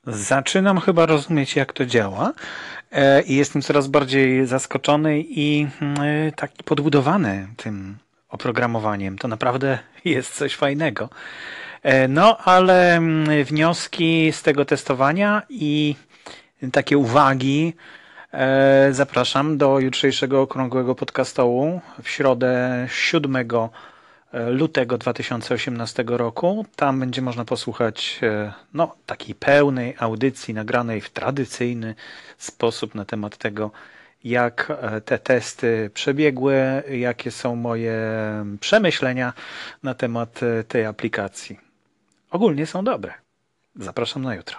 Zaczynam chyba rozumieć, jak to działa i jestem coraz bardziej zaskoczony i taki podbudowany tym oprogramowaniem. To naprawdę jest coś fajnego. No, ale wnioski z tego testowania i takie uwagi zapraszam do jutrzejszego okrągłego podcastołu w środę 7 lutego 2018 roku. Tam będzie można posłuchać takiej pełnej audycji nagranej w tradycyjny sposób na temat tego, jak te testy przebiegły, jakie są moje przemyślenia na temat tej aplikacji. Ogólnie są dobre. Zapraszam na jutro.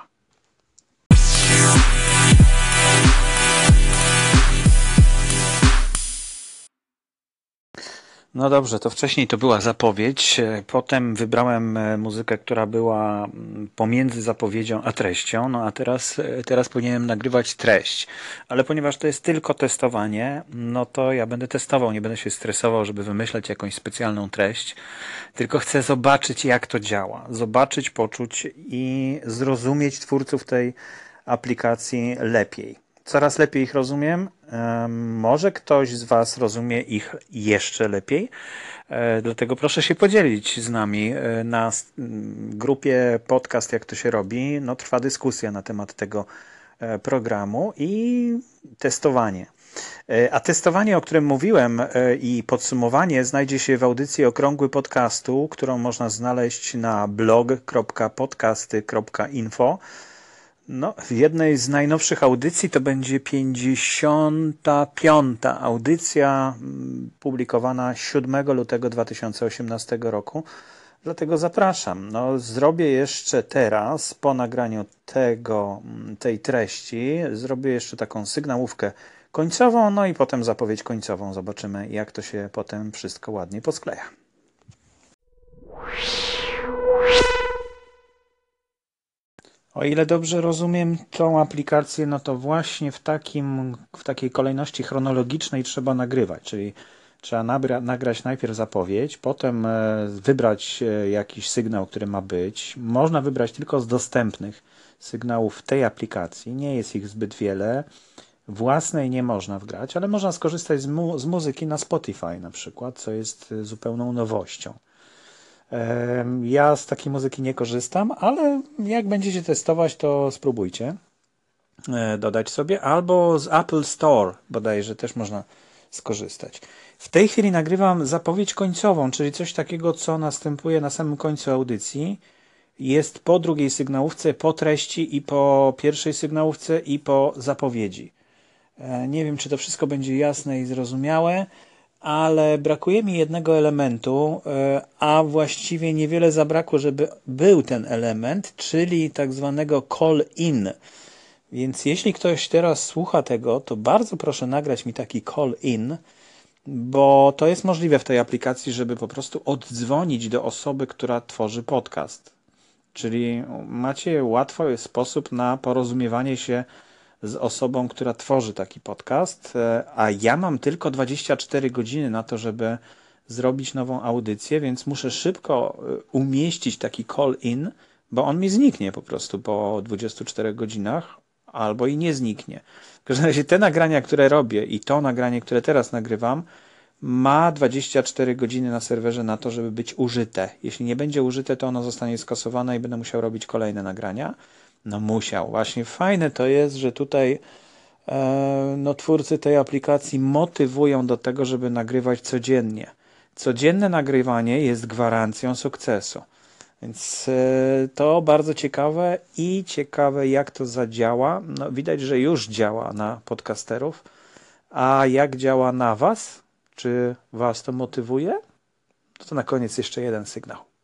No dobrze, to wcześniej to była zapowiedź, potem wybrałem muzykę, która była pomiędzy zapowiedzią a treścią, no a teraz powinienem nagrywać treść, ale ponieważ to jest tylko testowanie, no to ja będę testował, nie będę się stresował, żeby wymyślać jakąś specjalną treść, tylko chcę zobaczyć, jak to działa, zobaczyć, poczuć i zrozumieć twórców tej aplikacji lepiej. Coraz lepiej ich rozumiem. Może ktoś z Was rozumie ich jeszcze lepiej. Dlatego proszę się podzielić z nami na grupie podcast, jak to się robi. No, trwa dyskusja na temat tego programu i testowanie. A testowanie, o którym mówiłem i podsumowanie znajdzie się w audycji Okrągły Podcastu, którą można znaleźć na blog.podcasty.info. No, w jednej z najnowszych audycji to będzie 55. audycja publikowana 7 lutego 2018 roku. Dlatego zapraszam. No, zrobię jeszcze teraz, po nagraniu tej treści, zrobię jeszcze taką sygnałówkę końcową, no i potem zapowiedź końcową. Zobaczymy, jak to się potem wszystko ładnie poskleja. O ile dobrze rozumiem tą aplikację, no to właśnie w takiej kolejności chronologicznej trzeba nagrywać, czyli trzeba nagrać najpierw zapowiedź, potem wybrać jakiś sygnał, który ma być. Można wybrać tylko z dostępnych sygnałów w tej aplikacji, nie jest ich zbyt wiele. Własnej nie można wgrać, ale można skorzystać z muzyki na Spotify na przykład, co jest zupełną nowością. Ja z takiej muzyki nie korzystam, ale jak będziecie testować, to spróbujcie dodać sobie, albo z Apple Store bodajże też można skorzystać. W tej chwili nagrywam zapowiedź końcową, czyli coś takiego, co następuje na samym końcu audycji. Jest po drugiej sygnałówce, po treści i po pierwszej sygnałówce i po zapowiedzi. Nie wiem, czy to wszystko będzie jasne i zrozumiałe, ale brakuje mi jednego elementu, a właściwie niewiele zabrakło, żeby był ten element, czyli tak zwanego call-in. Więc jeśli ktoś teraz słucha tego, to bardzo proszę nagrać mi taki call-in, bo to jest możliwe w tej aplikacji, żeby po prostu oddzwonić do osoby, która tworzy podcast. Czyli macie łatwy sposób na porozumiewanie się z osobą, która tworzy taki podcast, a ja mam tylko 24 godziny na to, żeby zrobić nową audycję, więc muszę szybko umieścić taki call-in, bo on mi zniknie po prostu po 24 godzinach, albo i nie zniknie. W każdym razie te nagrania, które robię i to nagranie, które teraz nagrywam, ma 24 godziny na serwerze na to, żeby być użyte. Jeśli nie będzie użyte, to ono zostanie skasowane i będę musiał robić kolejne nagrania. No musiał. Właśnie fajne to jest, że tutaj twórcy tej aplikacji motywują do tego, żeby nagrywać codziennie. Codzienne nagrywanie jest gwarancją sukcesu. Więc to bardzo ciekawe i ciekawe, jak to zadziała. No, widać, że już działa na podcasterów. A jak działa na Was? Czy Was to motywuje? To na koniec jeszcze jeden sygnał.